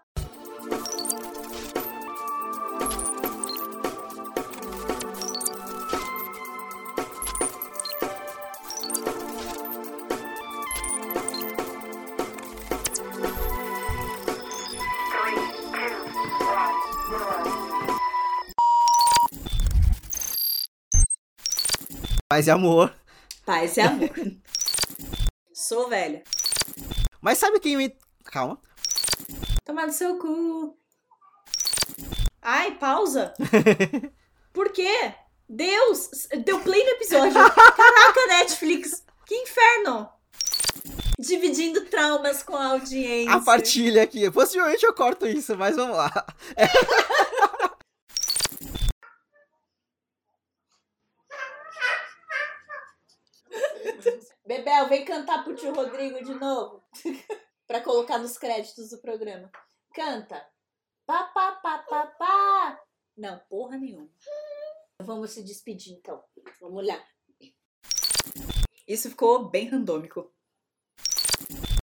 Paz e amor. Paz e amor. Sou velha. Mas sabe quem me... Calma. Tomar no seu cu. Ai, pausa. Por quê? Deus, deu play no episódio. Caraca, Netflix. Que inferno. Dividindo traumas com a audiência. A partilha aqui. Possivelmente eu corto isso, mas vamos lá. Bebel, vem cantar pro tio Rodrigo de novo. Pra colocar nos créditos do programa. Canta. Pá, pá, pá, pá, pá. Não, porra nenhuma. Vamos se despedir, então. Vamos lá. Isso ficou bem randômico.